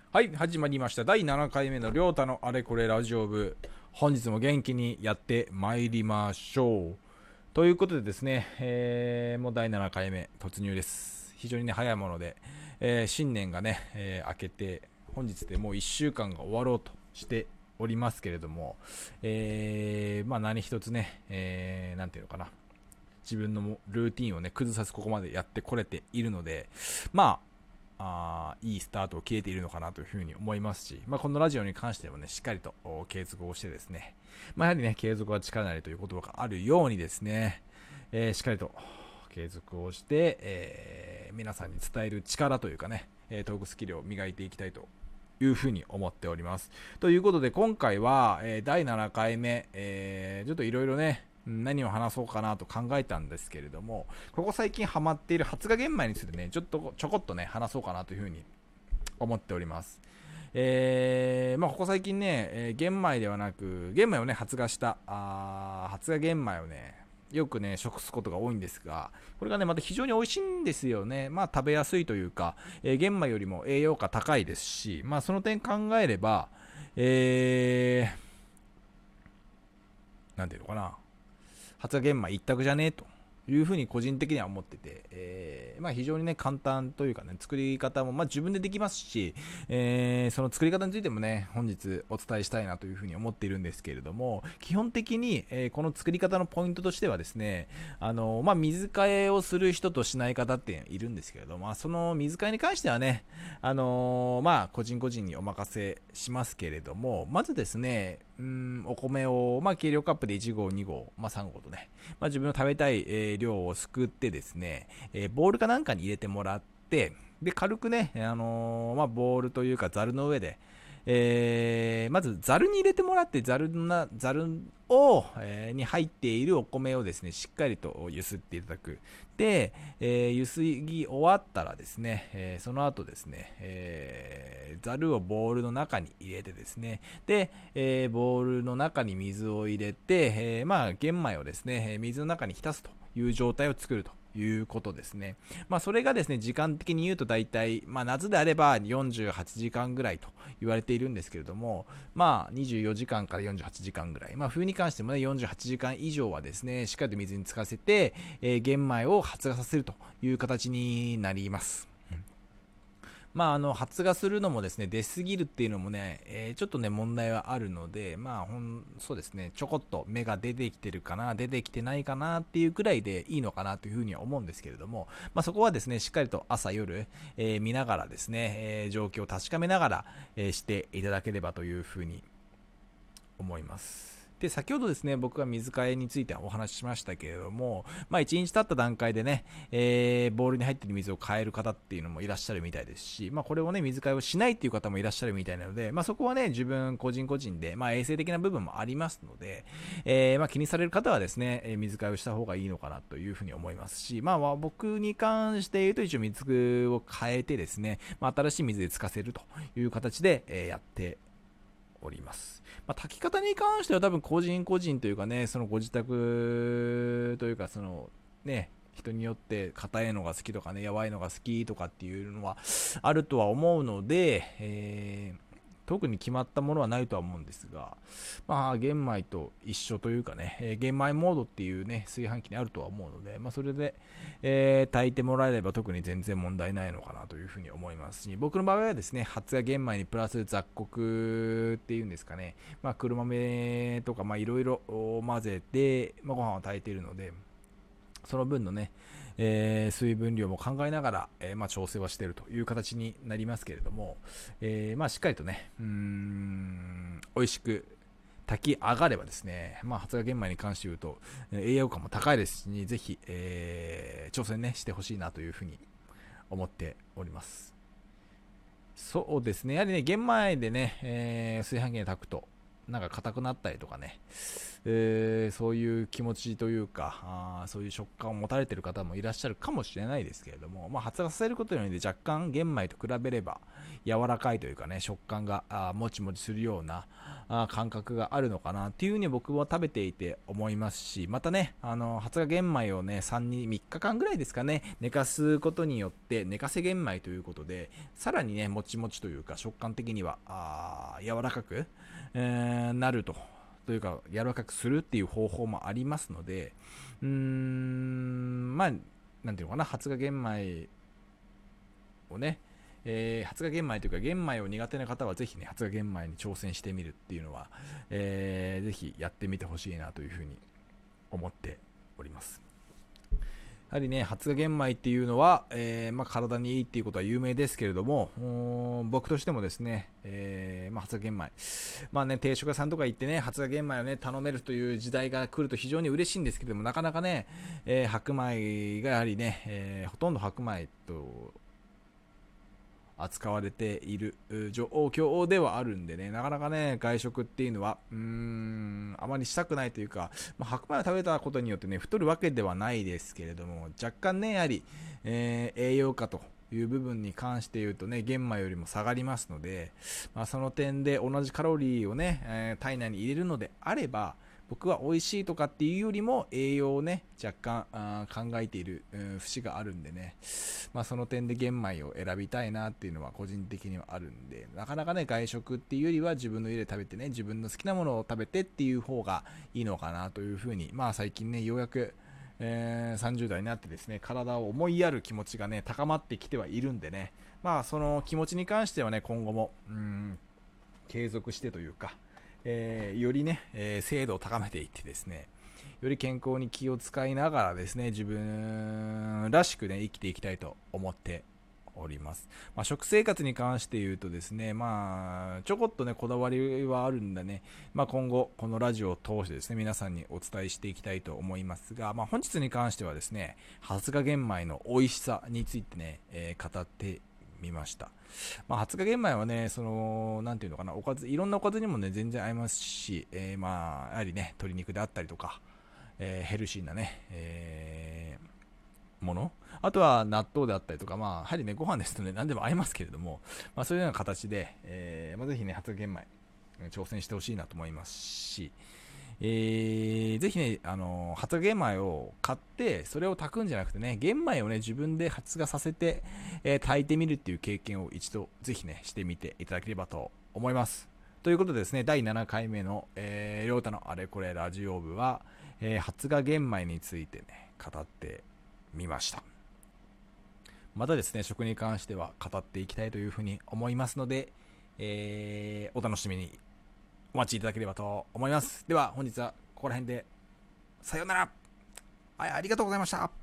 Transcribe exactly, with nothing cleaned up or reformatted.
はい、始まりました。だいななかいめのりょうたのあれこれラジオ部。本日も元気にやってまいりましょう。ということでですね、えーもうだいななかいめ突入です。非常にね、早いもので、えー新年がね、えー明けて、本日でもういっしゅうかんが終わろうとしておりますけれども、えーまあ何一つね、えーなんていうのかな。自分のルーティンをね、崩さずここまでやってこれているので、まあ、あいいスタートを切れているのかなというふうに思いますし、まあ、このラジオに関してもね、しっかりと継続をしてですね、まあ、やはりね、継続は力なりという言葉があるようにですね、えーしっかりと継続をして、えー皆さんに伝える力というかね、えートークスキルを磨いていきたいというふうに思っております。ということで、今回は、えーだいななかいめ、えーちょっといろいろね、何を話そうかなと考えたんですけれども、ここ最近ハマっている発芽玄米についてね、ちょっとちょこっとね、話そうかなというふうに思っております。えーまあ、ここ最近ね、えー玄米ではなく、玄米をね、発芽した、あー発芽玄米をね、よくね、食すことが多いんですが、これがね、また非常に美味しいんですよね。まあ、食べやすいというか、えー玄米よりも栄養価高いですし、まあ、その点考えれば、えー、なんていうのかな、発芽玄米一択じゃねえというふうに個人的には思ってて、えーまあ、非常にね簡単というかね、作り方もまあ自分でできますし、えーその作り方についてもね本日お伝えしたいなというふうに思っているんですけれども、基本的に、えーこの作り方のポイントとしてはですね、あのまあ、水替えをする人としない方っているんですけれども、まあ、その水替えに関してはね、あのまあ個人個人にお任せしますけれども、まずですね、うん、お米を、まあ、計量カップでいち合、に合、まあ、さん合とね、まあ、自分の食べたい、えー量をすくってですね、えーボールかなんかに入れてもらって、で、軽くね、あのーまあ、ボールというかザルの上で、えーまずザルに入れてもらって、ザルな、ザルを、えーに入っているお米をですね、しっかりとゆすっていただく。で、えーゆすぎ終わったらですね、えーその後ですね、えー、ザルをボールの中に入れてですね、で、えーボールの中に水を入れて、えーまあ、玄米をですね、水の中に浸すという状態を作るということですね。まあ、それがですね、時間的に言うと大体、まあ、夏であればよんじゅうはちじかんぐらいと言われているんですけれども、まあ、にじゅうよじかんからよんじゅうはちじかんぐらい、まあ、冬に関してもね、よんじゅうはちじかん以上はですね、しっかりと水に浸かせて、えー玄米を発芽させるという形になります。まあ、あの発芽するのもですね、出過ぎるっていうのもね、えーちょっとね、問題はあるので、まあ、ほん、そうですね、ちょこっと芽が出てきてるかな、出てきてないかなっていうくらいでいいのかなというふうには思うんですけれども、まあ、そこはですね、しっかりと朝夜、えー見ながらですね、えー状況を確かめながら、えーしていただければというふうに思います。で、先ほどですね、僕が水替えについてはお話ししましたけれども、まあ、いちにち経った段階でね、えーボールに入っている水を変える方っていうのもいらっしゃるみたいですし、まあ、これをね、水替えをしないっていう方もいらっしゃるみたいなので、まあ、そこはね、自分個人個人で、まあ、衛生的な部分もありますので、えーまあ、気にされる方はですね、えー水替えをした方がいいのかなというふうに思いますし、まあ、僕に関して言うと、一応水を変えてですね、まあ、新しい水で浸かせるという形で、えーやっております。まあ、炊き方に関しては多分個人個人というかね、そのご自宅というか、そのね、人によって硬いのが好きとかね、やわいのが好きとかっていうのはあるとは思うので、えー特に決まったものはないとは思うんですが、まあ、玄米と一緒というかね、えー玄米モードっていうね、炊飯器にあるとは思うので、まあ、それで、えー炊いてもらえれば特に全然問題ないのかなというふうに思いますし、僕の場合はですね、発芽玄米にプラス雑穀っていうんですかね、まあ、黒豆とか、まあ、いろいろ混ぜて、まあ、ご飯を炊いているので、その分のね、えー水分量も考えながら、えーまあ、調整はしているという形になりますけれども、えーまあ、しっかりとね、うーん、美味しく炊き上がればですね、まあ、発芽玄米に関して言うと、えー栄養価も高いですし、ぜひ、えー挑戦ね、してほしいなというふうに思っております。そうですね、やはりね、玄米でね、えー炊飯器で炊くと、なんか硬くなったりとかね、 えーそういう気持ちというか、あそういう食感を持たれている方もいらっしゃるかもしれないですけれども、まあ、発芽させることによって若干玄米と比べれば柔らかいというかね、食感があもちもちするようなあ感覚があるのかなっていうふうに僕は食べていて思いますし、またね、あの発芽玄米をねさんにみっかかんぐらいですかね、寝かすことによって寝かせ玄米ということで、さらにねもちもちというか食感的にはあ柔らかく、えーなるとというか柔らかくするっていう方法もありますので、うーんまあなんていうのかな、発芽玄米をね、えー発芽玄米というか玄米を苦手な方はぜひね発芽玄米に挑戦してみるっていうのは、えーぜひやってみてほしいなというふうに思っております。やはりね、発芽玄米っていうのは、えーまあ、体にいいっていうことは有名ですけれども、僕としてもですね、えーまあ、発芽玄米、まあね、定食屋さんとか行ってね、発芽玄米をね、頼めるという時代が来ると非常に嬉しいんですけども、なかなかね、えー白米がやはりね、えーほとんど白米と扱われている状況ではあるんでね、なかなかね、外食っていうのは、うーん、あまりしたくないというか、まあ、白米を食べたことによってね、太るわけではないですけれども、若干ね、やはり、えー栄養価という部分に関して言うとね、玄米よりも下がりますので、まあ、その点で同じカロリーをね、えー体内に入れるのであれば、僕は美味しいとかっていうよりも栄養をね若干あ考えている、うん、節があるんでね、まあ、その点で玄米を選びたいなっていうのは個人的にはあるんで、なかなかね外食っていうよりは自分の家で食べてね、自分の好きなものを食べてっていう方がいいのかなというふうに、まあ最近ねようやく、えーさんじゅう代になってですね、体を思いやる気持ちがね高まってきてはいるんでね、まあその気持ちに関してはね今後もうん継続してというか、えーよりね、えー精度を高めていってですね、より健康に気を使いながらですね、自分らしくね、生きていきたいと思っております。まあ、食生活に関して言うとですね、まあ、ちょこっとね、こだわりはあるんだね、まあ、今後、このラジオを通してですね、皆さんにお伝えしていきたいと思いますが、まあ、本日に関してはですね、発芽玄米の美味しさについてね、えー語ってみました。まあ、発芽玄米はね、その、なんていうのかな、おかず、いろんなおかずにもね、全然合いますし、えーまあ、やはりね、鶏肉であったりとか、えーヘルシーなね、えーもの、あとは納豆であったりとか、まあ、やはりね、ご飯ですとね、何でも合いますけれども、まあ、そういうような形で、えーまあ、ぜひね、発芽玄米、挑戦してほしいなと思いますし、えーぜひね、あのー発芽玄米を買って、それを炊くんじゃなくてね、玄米をね、自分で発芽させて、えー炊いてみるっていう経験を一度、ぜひね、してみていただければと思います。ということでですね、だいななかいめの、えー、りょうたのあれこれラジオ部は、えー発芽玄米についてね、語ってみました。またですね、食に関しては語っていきたいというふうに思いますので、えーお楽しみにお待ちいただければと思います。では本日はここら辺でさようなら。はい、ありがとうございました。